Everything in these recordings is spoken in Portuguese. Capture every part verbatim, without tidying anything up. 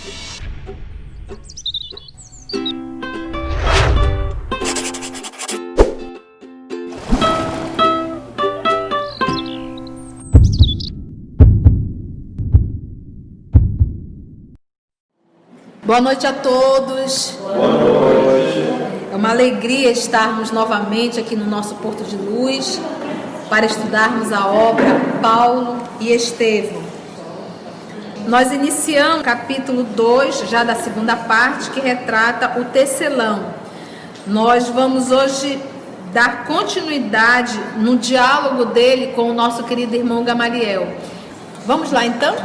Boa noite a todos. Boa noite. É uma alegria estarmos novamente aqui no nosso Porto de Luz para estudarmos a obra Paulo e Estevão. Nós iniciamos o capítulo dois, já da segunda parte, que retrata o tecelão. Nós vamos hoje dar continuidade no diálogo dele com o nosso querido irmão Gamaliel. Vamos lá então?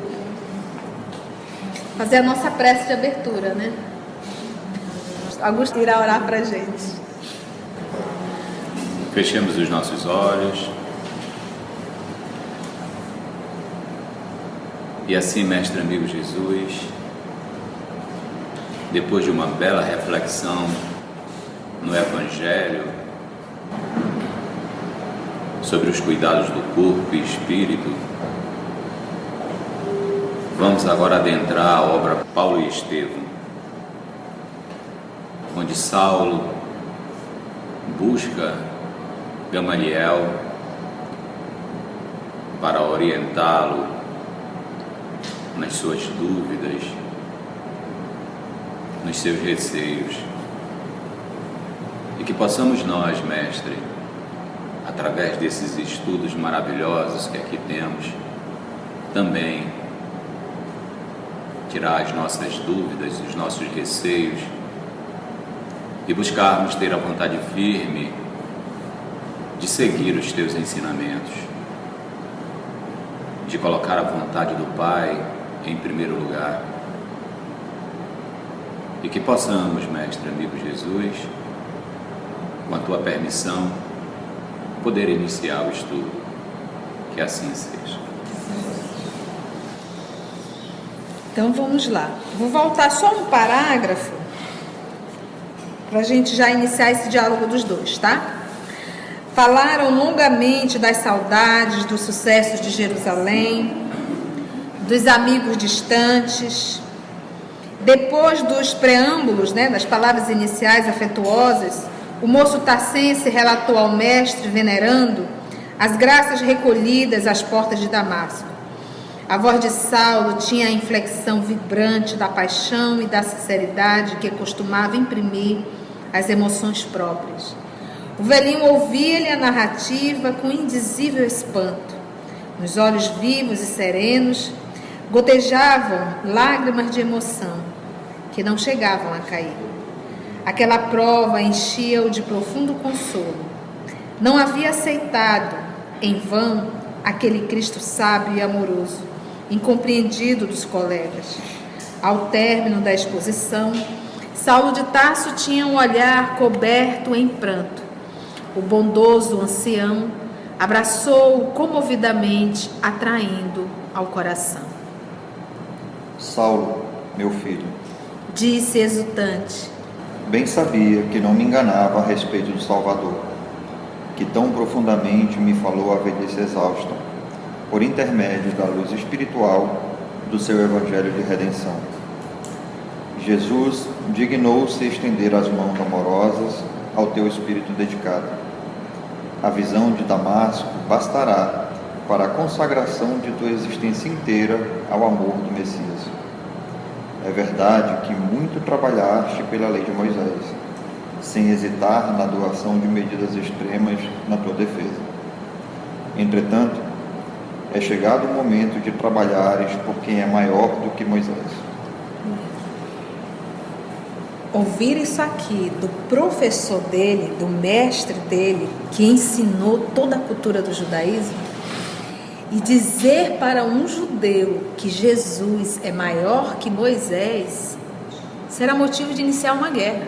Fazer a nossa prece de abertura, né? Augusto irá orar para a gente. Fechemos os nossos olhos. E assim, mestre amigo Jesus, depois de uma bela reflexão no Evangelho sobre os cuidados do corpo e espírito, vamos agora adentrar a obra Paulo e Estevão, onde Saulo busca Gamaliel para orientá-lo nas suas dúvidas, nos seus receios, e que possamos nós, mestre, através desses estudos maravilhosos que aqui temos, também tirar as nossas dúvidas, os nossos receios e buscarmos ter a vontade firme de seguir os teus ensinamentos, de colocar a vontade do Pai em primeiro lugar, e que possamos, mestre amigo Jesus, com a tua permissão, poder iniciar o estudo. Que assim seja. Então vamos lá. Vou voltar só um parágrafo para a gente já iniciar esse diálogo dos dois, tá? Falaram longamente das saudades, dos sucessos de Jerusalém, dos amigos distantes. Depois dos preâmbulos, né, das palavras iniciais afetuosas, o moço tarcense relatou ao mestre venerando as graças recolhidas às portas de Damasco. A voz de Saulo tinha a inflexão vibrante da paixão e da sinceridade que costumava imprimir às emoções próprias. O velhinho ouvia-lhe a narrativa com indizível espanto. Nos olhos vivos e serenos gotejavam lágrimas de emoção que não chegavam a cair. Aquela prova enchia-o de profundo consolo. Não havia aceitado, em vão, aquele Cristo sábio e amoroso, incompreendido dos colegas. Ao término da exposição, Saulo de Tarso tinha um olhar coberto em pranto. O bondoso ancião abraçou-o comovidamente, atraindo ao coração. Saulo, meu filho, disse exultante, bem sabia que não me enganava a respeito do Salvador, que tão profundamente me falou a velhice exausta, por intermédio da luz espiritual do seu Evangelho de redenção. Jesus dignou-se estender as mãos amorosas ao teu espírito dedicado. A visão de Damasco bastará para a consagração de tua existência inteira ao amor do Messias. É verdade que muito trabalhaste pela lei de Moisés, sem hesitar na doação de medidas extremas na tua defesa. Entretanto, é chegado o momento de trabalhares por quem é maior do que Moisés. Ouvir isso aqui do professor dele, do mestre dele, que ensinou toda a cultura do judaísmo, e dizer para um judeu que Jesus é maior que Moisés, será motivo de iniciar uma guerra.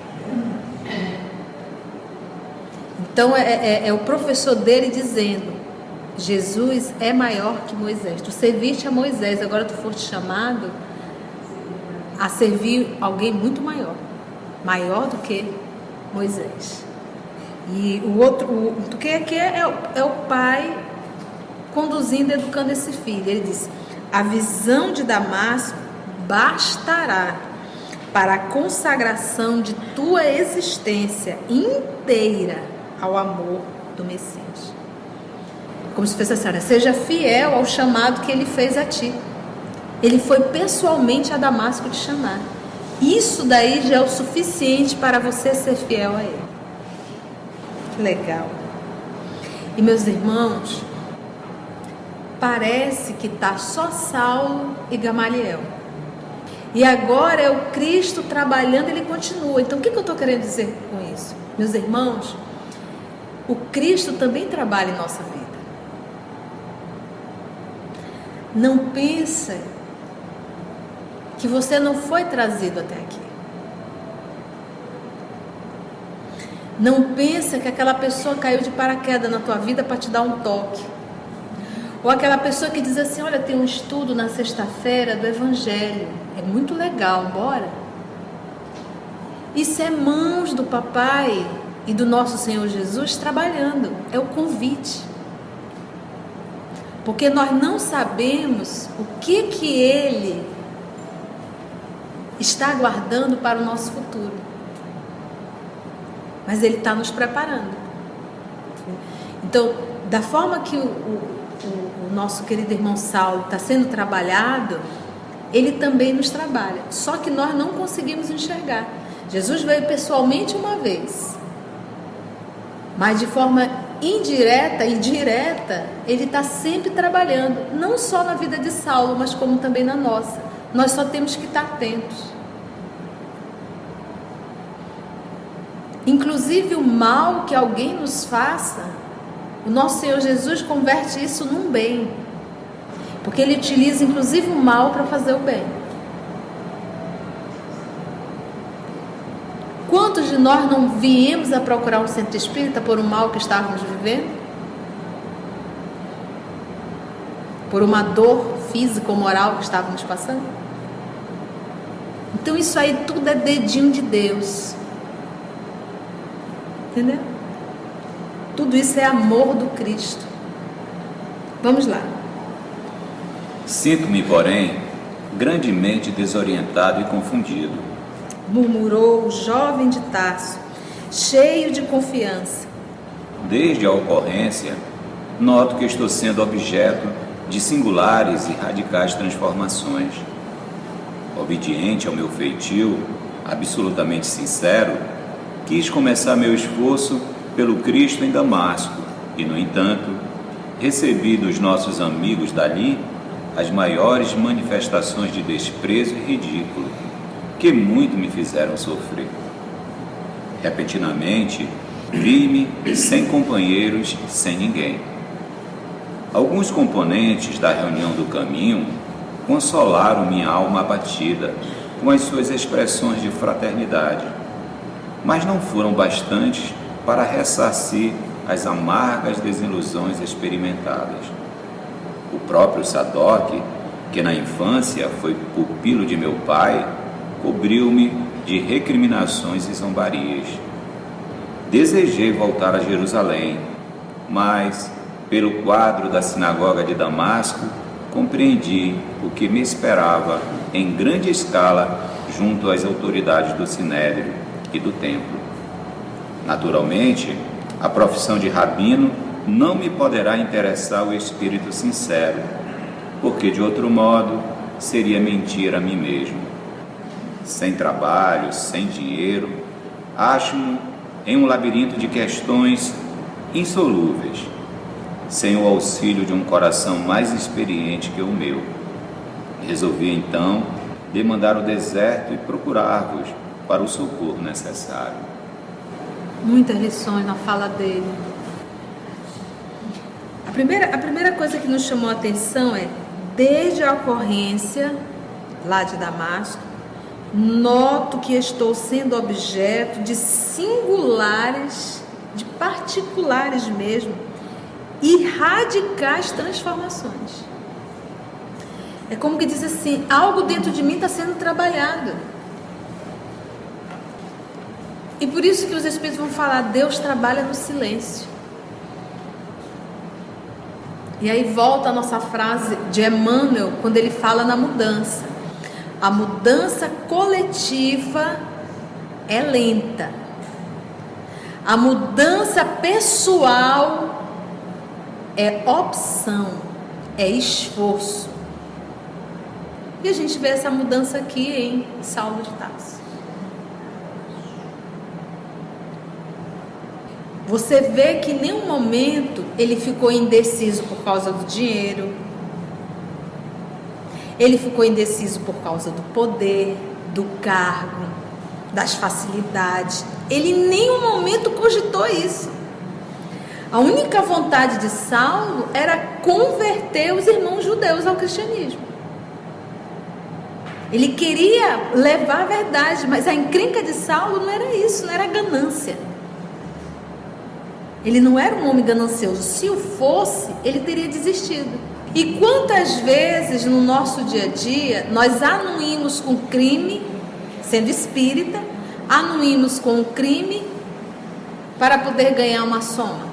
Então é, é, é o professor dele dizendo: Jesus é maior que Moisés. Tu serviste a Moisés, agora tu foste chamado a servir alguém muito maior, maior do que Moisés. E o outro, o, do que aqui é, é, o, é o pai conduzindo, educando esse filho. Ele diz: a visão de Damasco bastará para a consagração de tua existência inteira ao amor do Messias. Como se fosse assim, seja fiel ao chamado que ele fez a ti. Ele foi pessoalmente a Damasco te chamar. Isso daí já é o suficiente para você ser fiel a ele. Que legal. E meus irmãos, parece que está só Saulo e Gamaliel. E agora é o Cristo trabalhando, ele continua. Então o que, que eu estou querendo dizer com isso? Meus irmãos, o Cristo também trabalha em nossa vida. Não pensa que você não foi trazido até aqui. Não pensa que aquela pessoa caiu de paraquedas na tua vida para te dar um toque. Ou aquela pessoa que diz assim, olha, tem um estudo na sexta-feira do Evangelho. É muito legal, bora? Isso é mãos do papai e do nosso Senhor Jesus trabalhando. É o convite. Porque nós não sabemos o que que Ele está aguardando para o nosso futuro. Mas Ele está nos preparando. Então, da forma que o, o, o nosso querido irmão Saulo está sendo trabalhado, Ele também nos trabalha. Só que nós não conseguimos enxergar. Jesus veio pessoalmente uma vez. Mas de forma indireta e direta, Ele está sempre trabalhando. Não só na vida de Saulo, mas como também na nossa. Nós só temos que estar atentos. Inclusive o mal que alguém nos faça, o nosso Senhor Jesus converte isso num bem. Porque Ele utiliza inclusive o mal para fazer o bem. Quantos de nós não viemos a procurar um centro espírita por um mal que estávamos vivendo? Por uma dor física ou moral que estávamos passando? Então isso aí tudo é dedinho de Deus. Entendeu? Tudo isso é amor do Cristo. Vamos lá. Sinto-me, porém, grandemente desorientado e confundido. Murmurou o jovem de Tarso, cheio de confiança. Desde a ocorrência, noto que estou sendo objeto de singulares e radicais transformações. Obediente ao meu feitio, absolutamente sincero, quis começar meu esforço pelo Cristo em Damasco e, no entanto, recebi dos nossos amigos dali as maiores manifestações de desprezo e ridículo, que muito me fizeram sofrer. Repentinamente, vi-me sem companheiros, sem ninguém. Alguns componentes da reunião do caminho consolaram minha alma abatida com as suas expressões de fraternidade, mas não foram bastantes para ressarcir as amargas desilusões experimentadas. O próprio Sadoc, que na infância foi pupilo de meu pai, cobriu-me de recriminações e zombarias. Desejei voltar a Jerusalém, mas, pelo quadro da sinagoga de Damasco, compreendi o que me esperava em grande escala junto às autoridades do Sinédrio e do templo. Naturalmente, a profissão de rabino não me poderá interessar o espírito sincero, porque de outro modo seria mentir a mim mesmo. Sem trabalho, sem dinheiro, acho-me em um labirinto de questões insolúveis, sem o auxílio de um coração mais experiente que o meu. Resolvi então demandar o deserto e procurar-vos para o socorro necessário. Muitas lições na fala dele. A primeira, a primeira coisa que nos chamou a atenção é, desde a ocorrência lá de Damasco, noto que estou sendo objeto de singulares, de particulares mesmo, e radicais transformações. É como que diz assim, algo dentro de mim está sendo trabalhado. E por isso que os Espíritos vão falar, Deus trabalha no silêncio. E aí volta a nossa frase de Emmanuel, quando ele fala na mudança. A mudança coletiva é lenta. A mudança pessoal é opção, é esforço. E a gente vê essa mudança aqui em Saulo de Tarso. Você vê que em nenhum momento ele ficou indeciso por causa do dinheiro. Ele ficou indeciso por causa do poder, do cargo, das facilidades. Ele em nenhum momento cogitou isso. A única vontade de Saulo era converter os irmãos judeus ao cristianismo. Ele queria levar a verdade, mas a encrenca de Saulo não era isso, não era ganância. Ele não era um homem ganancioso. Se o fosse, ele teria desistido. E quantas vezes no nosso dia a dia nós anuímos com crime, sendo espírita, anuímos com o crime para poder ganhar uma soma?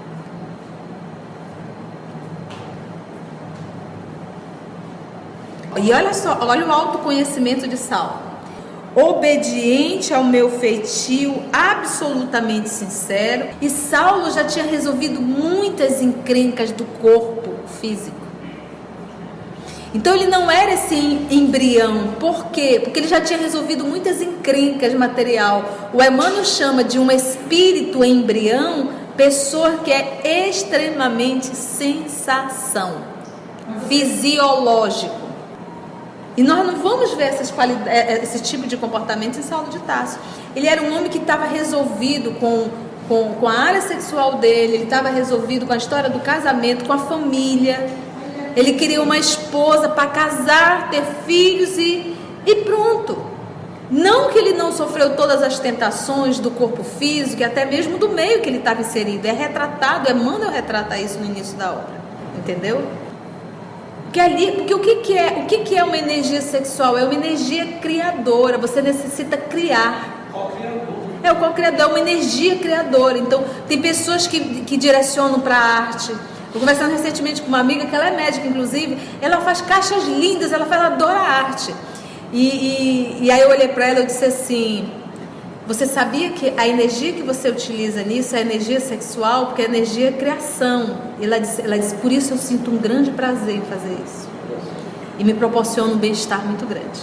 E olha só, olha o autoconhecimento de Saulo. Obediente ao meu feitio, absolutamente sincero. E Saulo já tinha resolvido muitas encrencas do corpo físico. Então ele não era esse embrião. Por quê? Porque ele já tinha resolvido muitas encrencas material. O Emmanuel chama de um espírito embrião, pessoa que é extremamente sensação, fisiológico. E nós não vamos ver essas qualidades, esse tipo de comportamento em Saulo de Tarso. Ele era um homem que estava resolvido com, com, com a área sexual dele, ele estava resolvido com a história do casamento, com a família. Ele queria uma esposa para casar, ter filhos e, e pronto. Não que ele não sofreu todas as tentações do corpo físico, e até mesmo do meio que ele estava inserido. É retratado, Emmanuel retrata isso no início da obra. Entendeu? Porque, ali, porque o, que, que, é, o que, que é uma energia sexual? É uma energia criadora. Você necessita criar. É o co-criador, é uma energia criadora. Então, tem pessoas que, que direcionam para a arte. Eu conversando recentemente com uma amiga, que ela é médica, inclusive. Ela faz caixas lindas, ela, fala, ela adora a arte. E, e, e aí eu olhei para ela e disse assim: você sabia que a energia que você utiliza nisso é a energia sexual? Porque a energia é criação. E ela disse, ela disse, por isso eu sinto um grande prazer em fazer isso. E me proporciona um bem-estar muito grande.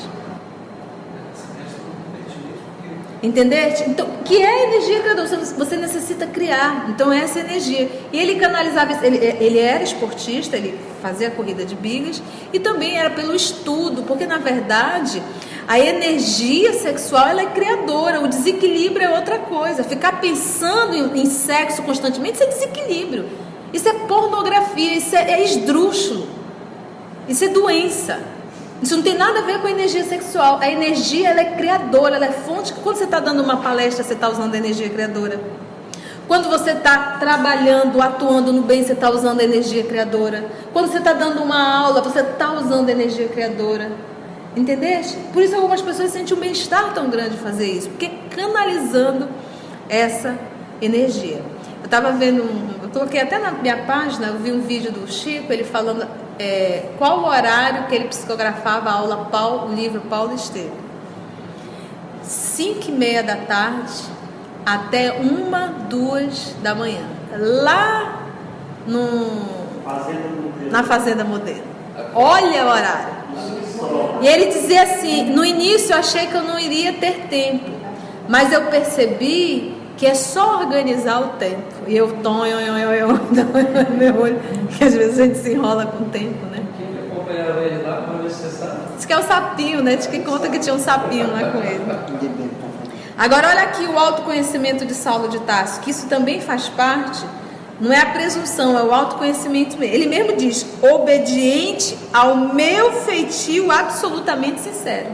Entendeste? Então, que é a energia criadora? Você necessita criar. Então, essa é a energia. E ele canalizava, ele, ele era esportista, ele fazia corrida de bigas e também era pelo estudo, porque na verdade a energia sexual ela é criadora, o desequilíbrio é outra coisa. Ficar pensando em, em sexo constantemente, isso é desequilíbrio. Isso é pornografia, isso é, é esdrúxulo, isso é doença. Isso não tem nada a ver com a energia sexual. A energia ela é criadora, ela é fonte. Quando você está dando uma palestra, você está usando a energia criadora. Quando você está trabalhando, atuando no bem, você está usando a energia criadora. Quando você está dando uma aula, você está usando a energia criadora. Entendeste? Por isso algumas pessoas sentem um bem-estar tão grande de fazer isso, porque canalizando essa energia. Eu estava vendo, um, eu coloquei até na minha página, eu vi um vídeo do Chico, ele falando é, qual o horário que ele psicografava a aula Paulo, o livro Paulo Estevam. Cinco e meia da tarde até uma, duas da manhã, lá no, na Fazenda Modelo. Olha o horário. E ele dizia assim: no início eu achei que eu não iria ter tempo, mas eu percebi que é só organizar o tempo. E eu tonho, eu, eu, eu, eu, meu olho, que às vezes a gente se enrola com o tempo, né? Quem acompanhava ele lá, para ver se você sabe? Diz que é o sapinho, né? Diz que conta que tinha um sapinho lá com ele. Agora olha aqui o autoconhecimento de Saulo de Tarso, que isso também faz parte. Não é a presunção, é o autoconhecimento mesmo. Ele mesmo diz: obediente ao meu feitio absolutamente sincero.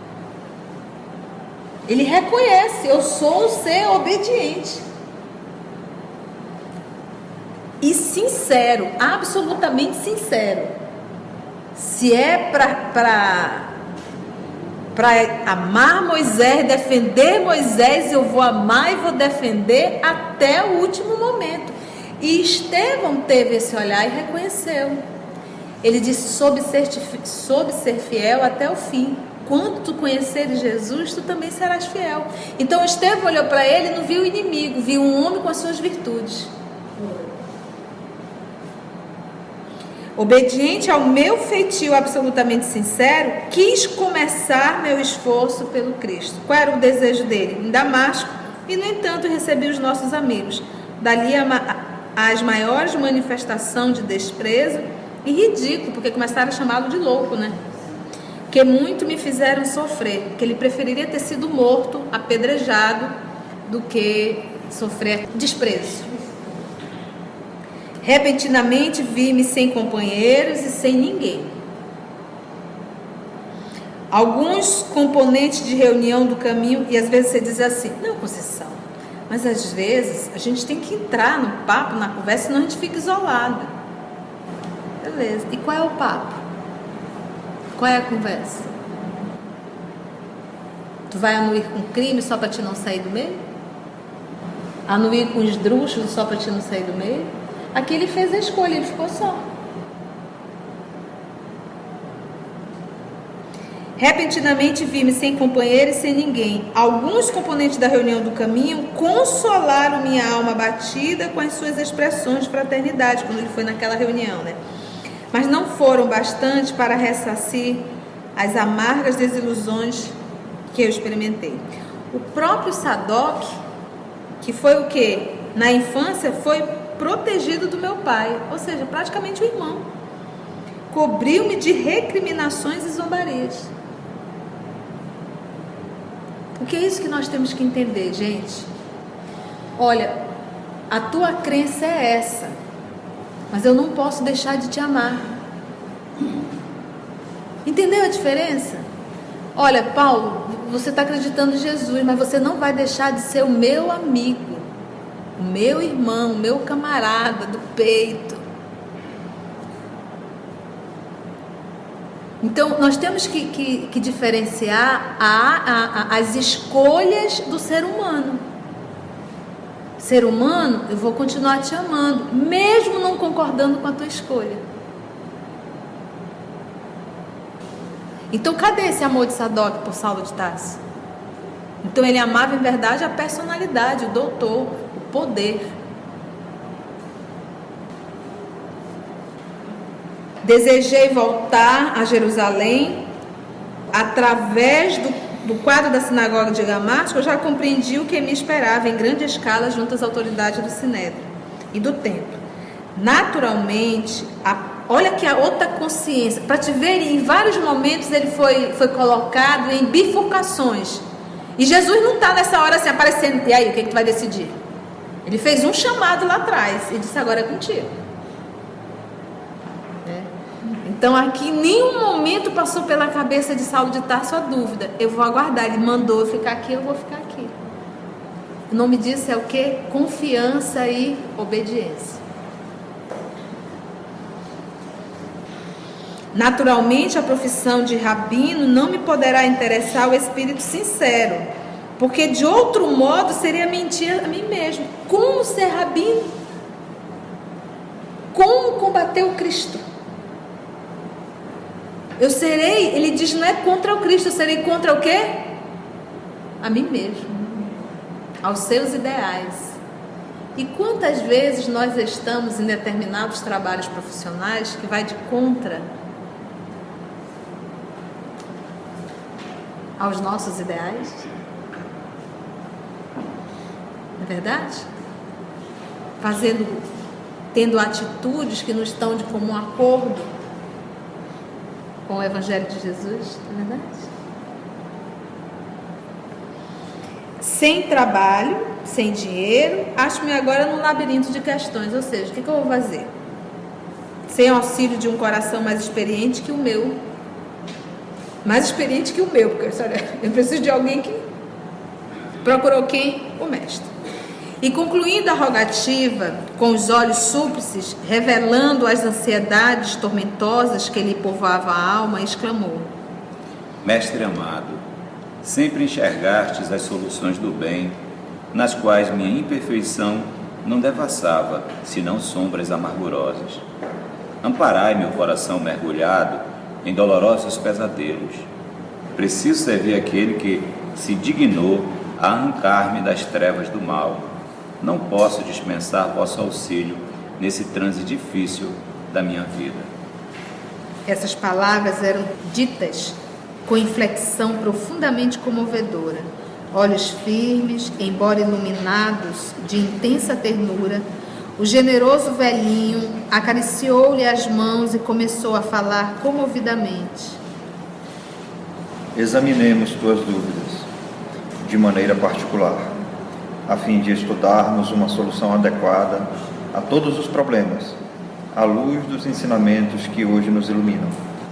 Ele reconhece: eu sou um ser obediente. E sincero, absolutamente sincero. Se é para para amar Moisés, defender Moisés, eu vou amar e vou defender até o último momento. E Estevão teve esse olhar e reconheceu. Ele disse: soube ser, soube ser fiel até o fim. quando tu conheceres Jesus, tu também serás fiel. Então Estevão olhou para ele e não viu o inimigo, viu um homem com as suas virtudes. Obediente ao meu feitio absolutamente sincero, quis começar meu esforço pelo Cristo. Qual era o desejo dele? Em Damasco. E, no entanto, recebi os nossos amigos. Dali as maiores manifestações de desprezo e ridículo, porque começaram a chamá-lo de louco, né? Que muito me fizeram sofrer, que ele preferiria ter sido morto, apedrejado, do que sofrer desprezo. Repentinamente vi-me sem companheiros e sem ninguém. Alguns componentes de reunião do caminho, e às vezes você diz assim, não, Conceição, mas às vezes a gente tem que entrar no papo, na conversa, senão a gente fica isolado. Beleza, e qual é o papo? Qual é a conversa? Tu vai anuir com crime só para te não sair do meio? Anuir com esdrúxulos só para te não sair do meio? Aqui ele fez a escolha, ele ficou só. Repentinamente vi-me sem companheiro e sem ninguém. Alguns componentes da reunião do caminho consolaram minha alma abatida com as suas expressões de fraternidade, quando ele foi naquela reunião, né? Mas não foram bastante para ressarcir as amargas desilusões que eu experimentei. O próprio Sadoc, que foi o quê? Na infância foi protegido do meu pai, ou seja, praticamente o irmão, cobriu-me de recriminações e zombarias. Porque é isso que nós temos que entender, gente. Olha, a tua crença é essa, mas eu não posso deixar de te amar. Entendeu a diferença? Olha, Paulo, você está acreditando em Jesus, mas você não vai deixar de ser o meu amigo, o meu irmão, o meu camarada do peito. Então, nós temos que, que, que diferenciar a, a, a, as escolhas do ser humano. Ser humano, eu vou continuar te amando, mesmo não concordando com a tua escolha. Então, cadê esse amor de Sadoc por Saulo de Tarso? Então, ele amava em verdade a personalidade, o doutor, o poder. Desejei voltar a Jerusalém. Através do, do quadro da sinagoga de Damasco, eu já compreendi o que me esperava em grande escala junto às autoridades do Sinédrio e do templo. Naturalmente, a, olha que a outra consciência, para te ver, em vários momentos ele foi, foi colocado em bifurcações. E Jesus não está nessa hora assim aparecendo, e aí, o que, que tu vai decidir? Ele fez um chamado lá atrás e disse, agora é contigo. É. Então aqui, em nenhum momento passou pela cabeça de Saulo de Tarso a dúvida, eu vou aguardar, ele mandou eu ficar aqui, eu vou ficar aqui. O nome disso é o quê? Confiança e obediência. Naturalmente, a profissão de rabino não me poderá interessar o espírito sincero, porque de outro modo seria mentir a mim mesmo. Como ser rabino? Como combater o Cristo? Eu serei, ele diz, não é contra o Cristo, eu serei contra o quê? A mim mesmo, aos seus ideais. E quantas vezes nós estamos em determinados trabalhos profissionais que vai de contra aos nossos ideais? Não é verdade? Fazendo, tendo atitudes que não estão de comum acordo com o Evangelho de Jesus, não é verdade? Sem trabalho, sem dinheiro, acho-me agora num labirinto de questões, ou seja, o que, que eu vou fazer? Sem auxílio de um coração mais experiente que o meu, mais experiente que o meu, porque eu preciso de alguém que procurou quem? O mestre. E concluindo a rogativa, com os olhos súplices, revelando as ansiedades tormentosas que lhe povoavam a alma, exclamou: Mestre amado, sempre enxergastes as soluções do bem, nas quais minha imperfeição não devassava, senão sombras amargurosas. Amparai meu coração mergulhado em dolorosos pesadelos. Preciso servir aquele que se dignou a arrancar-me das trevas do mal. Não posso dispensar vosso auxílio nesse transe difícil da minha vida. Essas palavras eram ditas com inflexão profundamente comovedora. Olhos firmes, embora iluminados de intensa ternura, o generoso velhinho acariciou-lhe as mãos e começou a falar comovidamente. Examinemos tuas dúvidas, de maneira particular, a fim de estudarmos uma solução adequada a todos os problemas, à luz dos ensinamentos que hoje nos iluminam.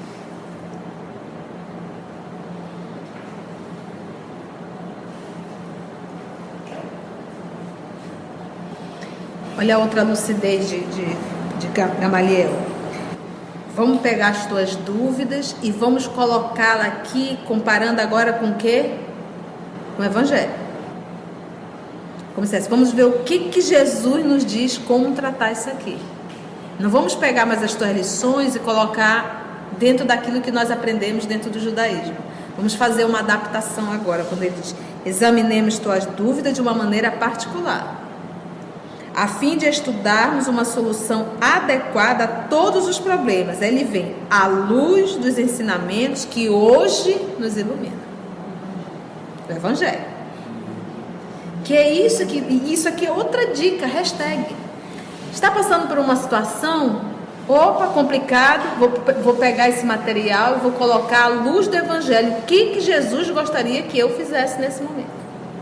Olha a outra lucidez de, de, de Gamaliel. Vamos pegar as tuas dúvidas e vamos colocá-la aqui, comparando agora com o quê? Com o Evangelho. Como se fosse, vamos ver o que, que Jesus nos diz como tratar isso aqui. Não vamos pegar mais as tuas lições e colocar dentro daquilo que nós aprendemos dentro do judaísmo. Vamos fazer uma adaptação agora, quando ele diz, examinemos tuas dúvidas de uma maneira particular, a fim de estudarmos uma solução adequada a todos os problemas. Ele vem à luz dos ensinamentos que hoje nos iluminam. O Evangelho. Que é isso que isso aqui é outra dica, hashtag. Está passando por uma situação, opa, complicado, vou, vou pegar esse material e vou colocar à luz do Evangelho. O que, que Jesus gostaria que eu fizesse nesse momento?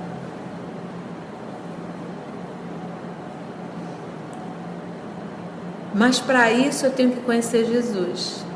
Mas para isso eu tenho que conhecer Jesus.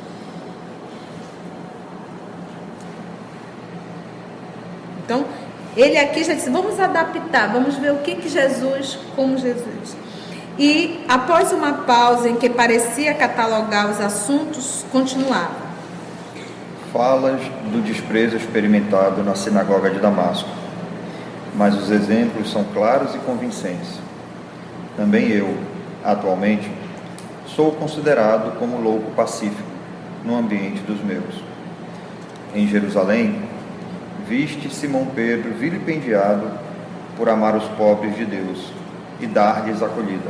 Então, ele aqui já disse, vamos adaptar, vamos ver o que que Jesus, como Jesus. E após uma pausa em que parecia catalogar os assuntos, continuava. Falas do desprezo experimentado na sinagoga de Damasco, mas os exemplos são claros e convincentes. Também eu, atualmente, sou considerado como louco pacífico no ambiente dos meus. Em Jerusalém, viste Simão Pedro vilipendiado por amar os pobres de Deus e dar-lhes acolhida.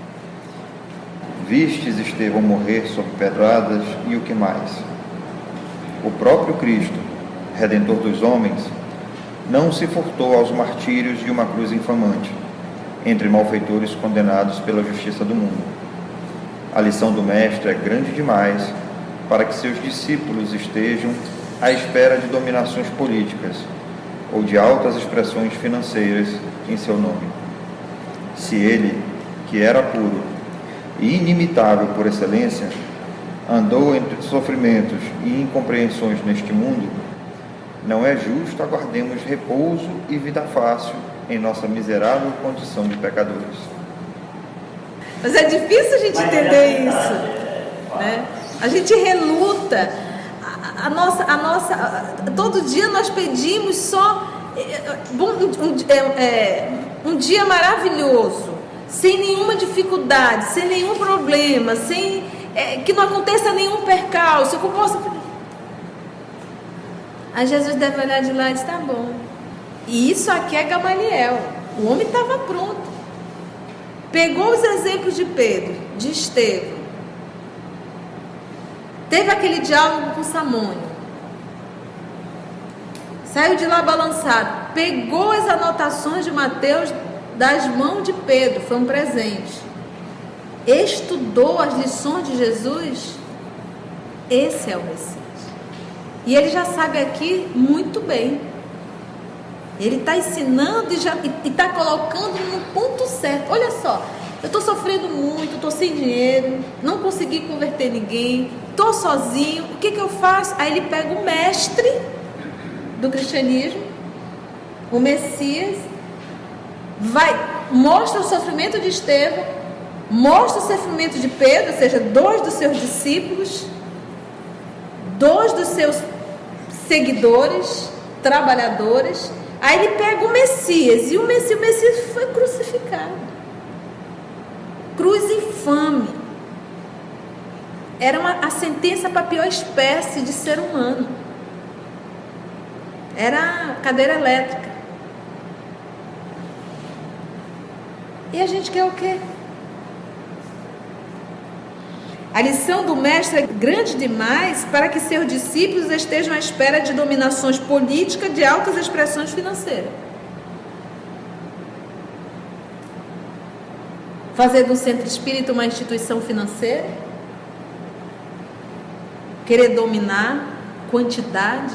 Vistes Estevão morrer sob pedradas e o que mais? O próprio Cristo, Redentor dos homens, não se furtou aos martírios de uma cruz infamante, entre malfeitores condenados pela justiça do mundo. A lição do Mestre é grande demais para que seus discípulos estejam à espera de dominações políticas ou de altas expressões financeiras em seu nome. Se ele, que era puro e inimitável por excelência, andou entre sofrimentos e incompreensões neste mundo, não é justo aguardemos repouso e vida fácil em nossa miserável condição de pecadores. Mas é difícil a gente entender isso, né? A gente reluta. A, a nossa, a nossa, a, todo dia nós pedimos só um, um, é, um dia maravilhoso, sem nenhuma dificuldade, sem nenhum problema, sem é, que não aconteça nenhum percalço. Eu posso... Aí Jesus deve olhar de lá e dizer, tá bom. E isso aqui é Gamaliel. O homem estava pronto. Pegou os exemplos de Pedro, de Estevão. Teve aquele diálogo com Samônio. Saiu de lá balançado. Pegou as anotações de Mateus das mãos de Pedro. Foi um presente. Estudou as lições de Jesus. Esse é o Messias. E ele já sabe aqui muito bem. Ele está ensinando e está colocando no ponto certo. Olha só, eu estou sofrendo muito, estou sem dinheiro, não consegui converter ninguém, estou sozinho, o que, que eu faço? Aí ele pega o mestre do cristianismo, o Messias, vai, mostra o sofrimento de Estevão, mostra o sofrimento de Pedro, ou seja, dois dos seus discípulos, dois dos seus seguidores, trabalhadores. Aí ele pega o Messias, e o Messias, o Messias foi crucificado. Cruz infame. Era uma, a sentença para a pior espécie de ser humano. era cadeira elétrica. E a gente quer o quê? A lição do mestre é grande demais para que seus discípulos estejam à espera de dominações políticas de altas expressões financeiras. Fazer do centro espírita uma instituição financeira? Querer dominar quantidade?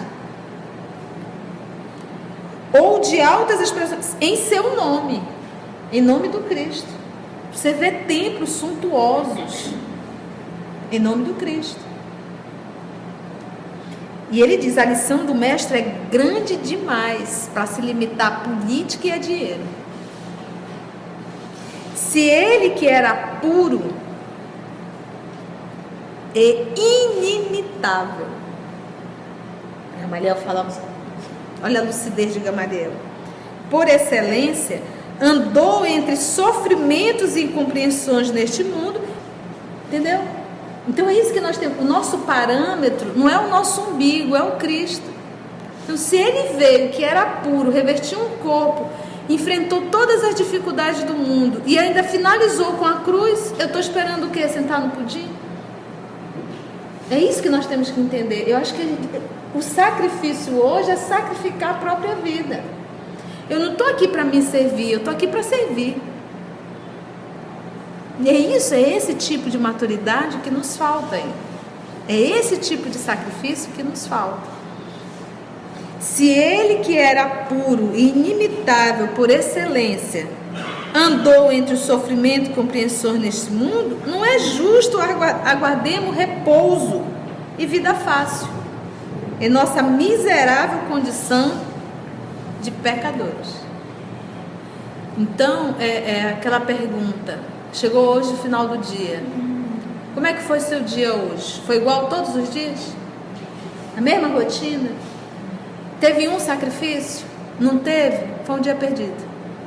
Ou de altas expressões em seu nome, em nome do Cristo. Você vê templos suntuosos em nome do Cristo. E ele diz, a lição do mestre é grande demais para se limitar a política e a dinheiro. Se ele que era puro e inimitável, Gamaliel fala, olha a lucidez de Gamaliel, por excelência, andou entre sofrimentos e incompreensões neste mundo, entendeu? Então é isso que nós temos. O nosso parâmetro não é o nosso umbigo, é o Cristo. Então, se ele veio que era puro, revestiu um corpo, enfrentou todas as dificuldades do mundo e ainda finalizou com a cruz, eu estou esperando o quê? Sentar no pudim? É isso que nós temos que entender. Eu acho que o sacrifício hoje é sacrificar a própria vida. Eu não estou aqui para me servir, eu estou aqui para servir. E é isso, é esse tipo de maturidade que nos falta aí. É esse tipo de sacrifício que nos falta. Se ele que era puro e inimitável por excelência andou entre o sofrimento e compreensões neste mundo, não é justo aguardemos repouso e vida fácil em nossa miserável condição de pecadores. Então, é, é aquela pergunta, chegou hoje o final do dia, como é que foi seu dia hoje? Foi igual todos os dias? A mesma rotina? Teve um sacrifício? Não teve? Foi um dia perdido.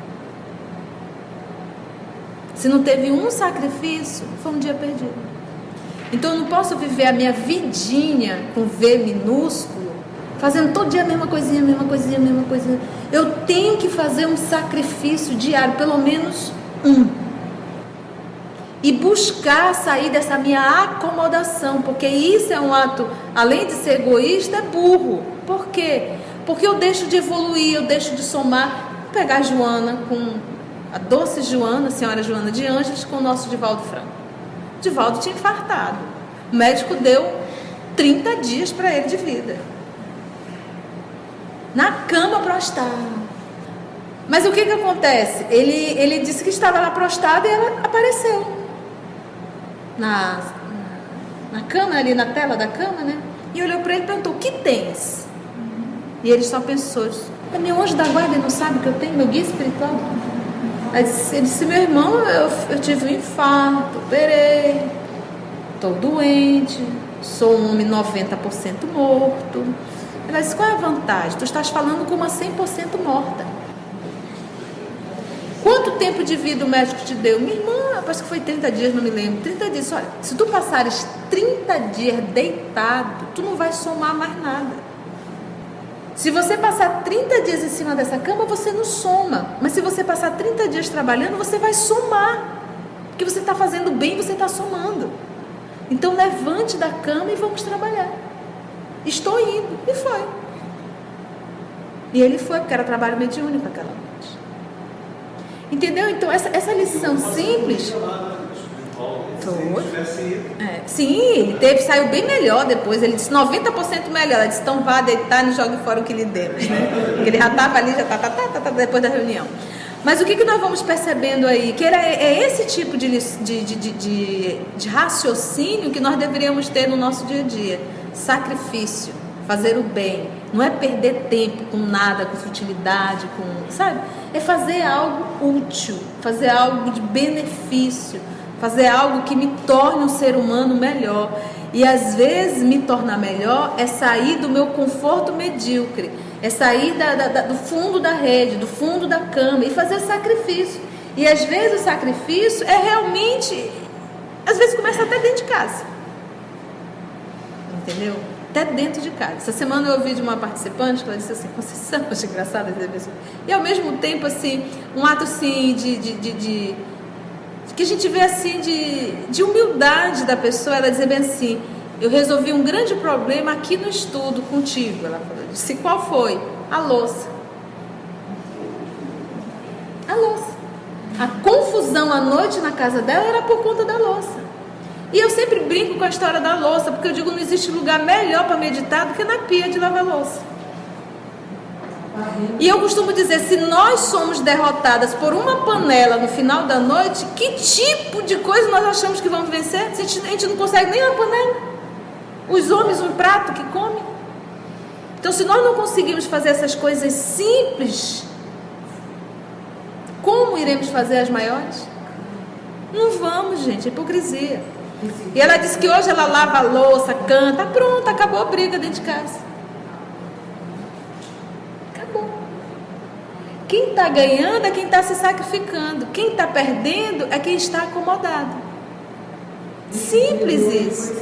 Se não teve um sacrifício, foi um dia perdido. Então eu não posso viver a minha vidinha com V minúsculo, fazendo todo dia a mesma coisinha, a mesma coisinha, a mesma coisinha. Eu tenho que fazer um sacrifício diário, pelo menos um. E buscar sair dessa minha acomodação, porque isso é um ato, além de ser egoísta, é burro. Por quê? Porque eu deixo de evoluir, eu deixo de somar. Vou pegar a Joana, com a doce Joana, a senhora Joana de Ângeles, com o nosso Divaldo Franco. Divaldo tinha infartado. O médico deu trinta dias para ele de vida. Na cama prostrado. Mas o que que acontece? Ele, ele disse que estava lá prostrado e ela apareceu. Na, na cama, ali na tela da cama, né? E olhou para ele e perguntou, o que tens? E ele só pensou, é meu anjo da guarda, ele não sabe o que eu tenho, meu guia espiritual. Aí ele disse, meu irmão, eu, eu tive um infarto, operei, estou doente, sou um homem noventa por cento morto. Ela disse, qual é a vantagem? Tu estás falando com uma cem por cento morta. Quanto tempo de vida o médico te deu? Minha irmã, parece que foi trinta dias, não me lembro. trinta dias, olha, se tu passares trinta dias deitado, tu não vai somar mais nada. Se você passar trinta dias em cima dessa cama, você não soma. Mas se você passar trinta dias trabalhando, você vai somar. Porque você está fazendo bem, você está somando. Então levante da cama e vamos trabalhar. Estou indo. E foi. E ele foi, porque era trabalho mediúnico aquela noite. Entendeu? Então essa, essa lição simples... Foi. É, sim, ele teve, saiu bem melhor depois. Ele disse noventa por cento melhor. Ela disse, então vá deitar e jogue fora o que lhe demos, né? Porque ele já estava ali, já tá, tá, tá, tá, tá, depois da reunião. Mas o que, que nós vamos percebendo aí? Que era, é esse tipo de, de, de, de, de raciocínio que nós deveríamos ter no nosso dia a dia. Sacrifício, fazer o bem. Não é perder tempo com nada, com futilidade, com, sabe? É fazer algo útil, fazer algo de benefício, fazer algo que me torne um ser humano melhor. E às vezes me tornar melhor é sair do meu conforto medíocre, é sair da, da, do fundo da rede, do fundo da cama e fazer sacrifício. E às vezes o sacrifício é realmente, às vezes começa até dentro de casa. Entendeu? até dentro de casa. Essa semana eu ouvi de uma participante que ela disse assim, Conceição, achei engraçada, e ao mesmo tempo assim, um ato assim de, de, de, de que a gente vê assim de, de humildade da pessoa. Ela dizia bem assim, eu resolvi um grande problema aqui no estudo contigo. Ela falou, disse, qual foi? A louça. A louça. A confusão à noite na casa dela era por conta da louça. E eu sempre brinco com a história da louça, porque eu digo, não existe lugar melhor para meditar do que na pia de lavar louça. E eu costumo dizer, se nós somos derrotadas por uma panela no final da noite, que tipo de coisa nós achamos que vamos vencer? Se a gente, a gente não consegue nem uma panela. Os homens, um prato que comem. Então, se nós não conseguimos fazer essas coisas simples, como iremos fazer as maiores? Não vamos, gente, é hipocrisia. E ela disse que hoje ela lava a louça, canta, pronto, acabou a briga dentro de casa. Acabou. Quem está ganhando é quem está se sacrificando. Quem está perdendo é quem está acomodado. Simples isso.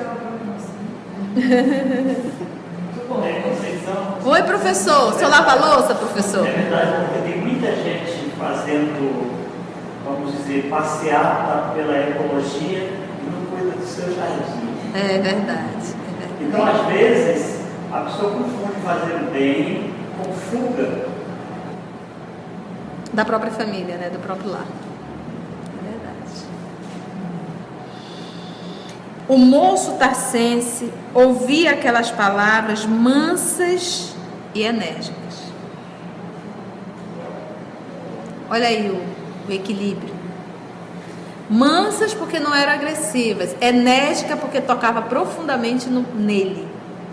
Oi, professor. O senhor lava a louça, professor? É verdade, porque tem muita gente fazendo, vamos dizer, passeata pela ecologia e não cuida do seu jardim. É verdade, é verdade. Então, às vezes, a pessoa confunde fazer o bem com fuga. Da própria família, né? Do próprio lar. É verdade. O moço tarcense ouvia aquelas palavras mansas e enérgicas. Olha aí o, o equilíbrio. Mansas porque não eram agressivas, enérgica porque tocava profundamente no, nele.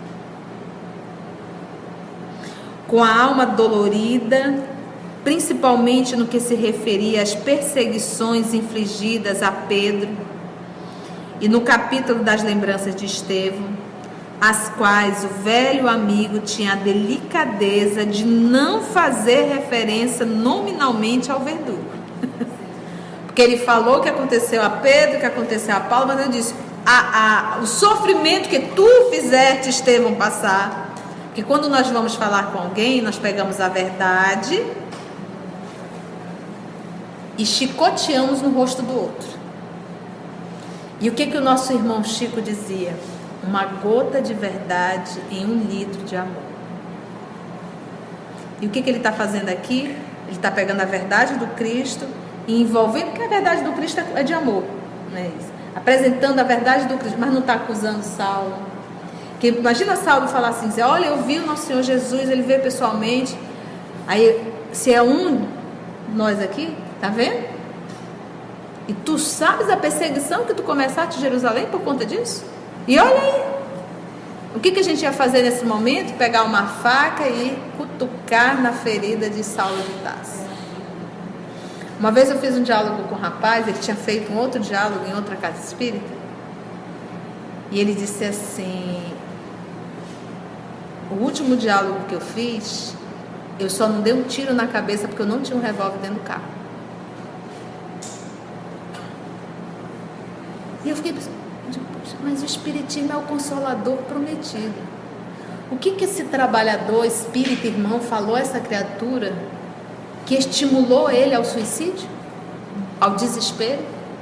Com a alma dolorida, principalmente no que se referia às perseguições infligidas a Pedro, e no capítulo das lembranças de Estevão, as quais o velho amigo tinha a delicadeza de não fazer referência nominalmente ao verdugo. Porque ele falou que aconteceu a Pedro, que aconteceu a Paulo, mas ele disse, a, a, o sofrimento que tu fizeste, Estevão, passar. Porque quando nós vamos falar com alguém, nós pegamos a verdade e chicoteamos no rosto do outro. E o que, que o nosso irmão Chico dizia? Uma gota de verdade em um litro de amor. E o que, que ele está fazendo aqui? Ele está pegando a verdade do Cristo e envolvendo, porque a verdade do Cristo é de amor, não é isso? Apresentando a verdade do Cristo, mas não está acusando Saulo. Que, imagina Saulo falar assim, dizer, olha, eu vi o nosso Senhor Jesus, ele veio pessoalmente. Aí, se é um, nós aqui, tá vendo? E tu sabes a perseguição que tu começaste em Jerusalém por conta disso? E olha aí, o que, que a gente ia fazer nesse momento? Pegar uma faca e cutucar na ferida de Saulo de Tarso. Uma vez eu fiz um diálogo com um rapaz, ele tinha feito um outro diálogo em outra casa espírita, e ele disse assim, o último diálogo que eu fiz, eu só não dei um tiro na cabeça porque eu não tinha um revólver dentro do carro. E eu fiquei pensando, mas o Espiritismo é o consolador prometido. O que que esse trabalhador, espírita, irmão, falou a essa criatura que estimulou ele ao suicídio? Ao desespero?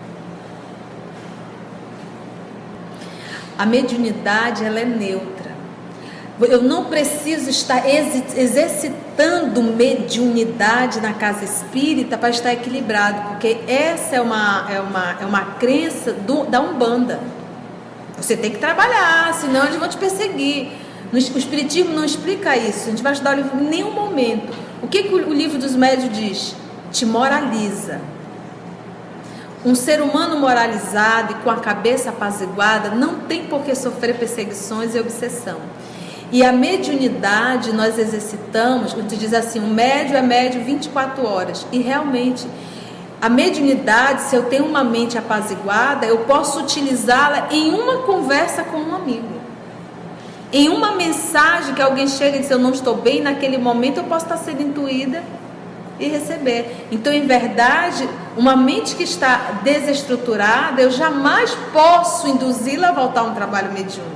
A mediunidade, ela é neutra. Eu não preciso estar exercitando mediunidade na casa espírita para estar equilibrado, porque essa é uma, é uma, é uma crença do, da Umbanda. Você tem que trabalhar, senão eles vão te perseguir. O Espiritismo não explica isso. A gente vai estudar o livro em nenhum momento. O que, que o livro dos médiuns diz? Te moraliza. Um ser humano moralizado e com a cabeça apaziguada não tem por que sofrer perseguições e obsessão. E a mediunidade nós exercitamos, tu diz assim, o médium é médium vinte e quatro horas. E realmente, a mediunidade, se eu tenho uma mente apaziguada, eu posso utilizá-la em uma conversa com um amigo. Em uma mensagem que alguém chega e diz, eu não estou bem, naquele momento eu posso estar sendo intuída e receber. Então, em verdade, uma mente que está desestruturada, eu jamais posso induzi-la a voltar a um trabalho mediúnico.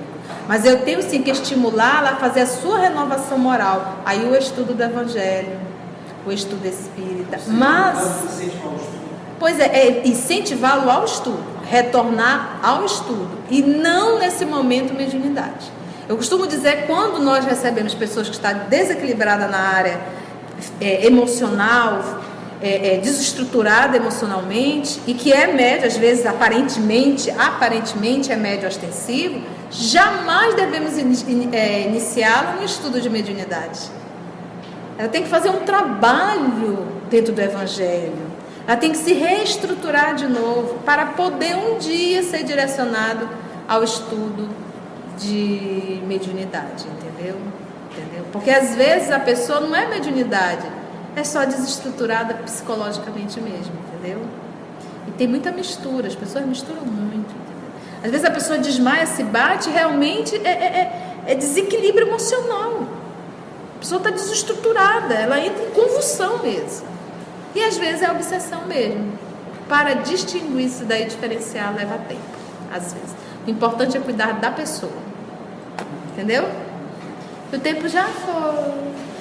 Mas eu tenho sim que estimulá-la a fazer a sua renovação moral. Aí o estudo do Evangelho, o estudo espírita. Mas, pois é, é incentivá-lo ao estudo, retornar ao estudo. E não nesse momento mediunidade. Eu costumo dizer, quando nós recebemos pessoas que estão desequilibradas na área é, emocional, é, é, desestruturada emocionalmente, e que é médio, às vezes aparentemente, aparentemente é médio ostensivo, jamais devemos in, é, iniciá-la no estudo de mediunidade. Ela tem que fazer um trabalho dentro do Evangelho. Ela tem que se reestruturar de novo para poder um dia ser direcionado ao estudo de mediunidade, entendeu? Entendeu? Porque às vezes a pessoa não é mediunidade, é só desestruturada psicologicamente mesmo, entendeu? E tem muita mistura, as pessoas misturam muito, entendeu? Às vezes a pessoa desmaia, se bate, realmente é, é, é desequilíbrio emocional. A pessoa está desestruturada, ela entra em convulsão mesmo. E às vezes é obsessão mesmo. Para distinguir isso daí, diferenciar, leva tempo, às vezes. O importante é cuidar da pessoa. Entendeu? O tempo já foi.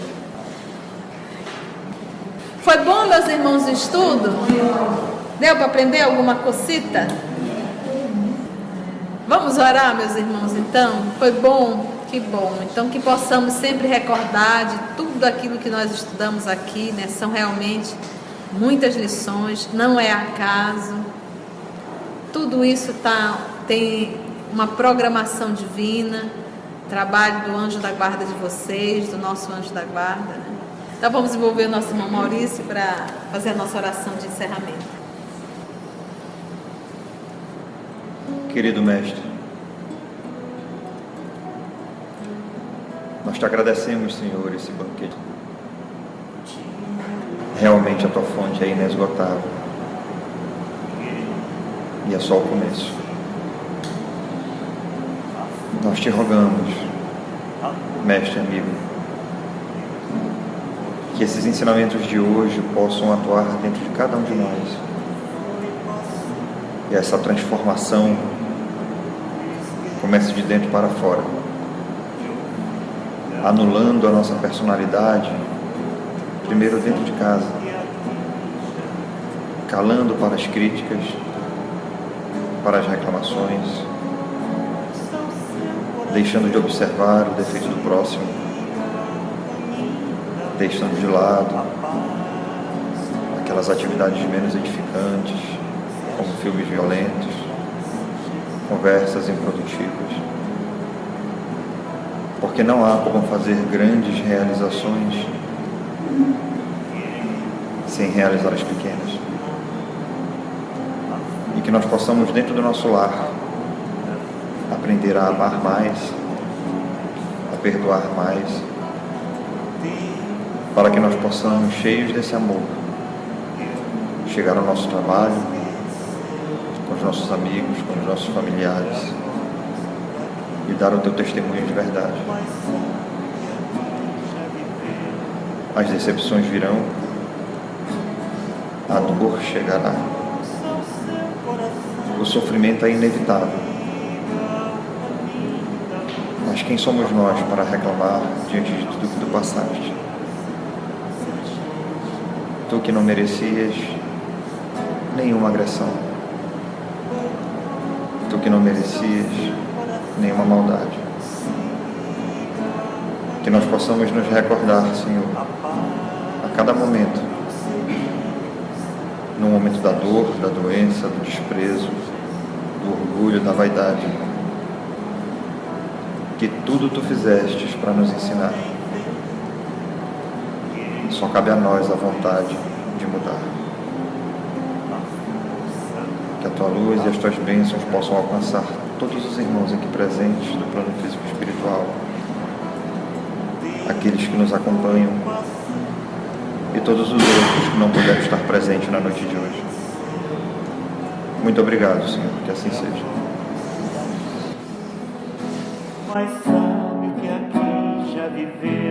Foi bom, meus irmãos, o estudo? Deu para aprender alguma cosita? Vamos orar, meus irmãos, então? Foi bom? Que bom. Então, que possamos sempre recordar de tudo aquilo que nós estudamos aqui, né? São realmente muitas lições, não é acaso. Tudo isso tá, tem uma programação divina, trabalho do anjo da guarda de vocês, do nosso anjo da guarda, né? Então vamos envolver o nosso irmão Maurício para fazer a nossa oração de encerramento. Querido Mestre, nós te agradecemos, Senhor, esse banquete. Realmente a tua fonte é inesgotável e é só o começo. Nós te rogamos, Mestre amigo, que esses ensinamentos de hoje possam atuar dentro de cada um de nós. E essa transformação comece de dentro para fora, anulando a nossa personalidade, primeiro dentro de casa, calando para as críticas, para as reclamações, deixando de observar o defeito do próximo, deixando de lado aquelas atividades menos edificantes, como filmes violentos, conversas improdutivas. Porque não há como fazer grandes realizações sem realizar as pequenas. E que nós possamos, dentro do nosso lar, aprender a amar mais, a perdoar mais, para que nós possamos, cheios desse amor, chegar ao nosso trabalho, com os nossos amigos, com os nossos familiares, e dar o teu testemunho de verdade. As decepções virão, a dor chegará, o sofrimento é inevitável. Mas quem somos nós para reclamar diante de tudo que tu passaste? Tu que não merecias nenhuma agressão, tu que não merecias nenhuma maldade. Que nós possamos nos recordar, Senhor, a cada momento, no momento da dor, da doença, do desprezo, do orgulho, da vaidade, que tudo tu fizestes para nos ensinar. Só cabe a nós a vontade de mudar. Que a tua luz e as tuas bênçãos possam alcançar todos os irmãos aqui presentes do plano físico e espiritual, aqueles que nos acompanham e todos os outros que não puderam estar presentes na noite de hoje. Muito obrigado, Senhor, que assim seja. Mas sabe que aqui já viveu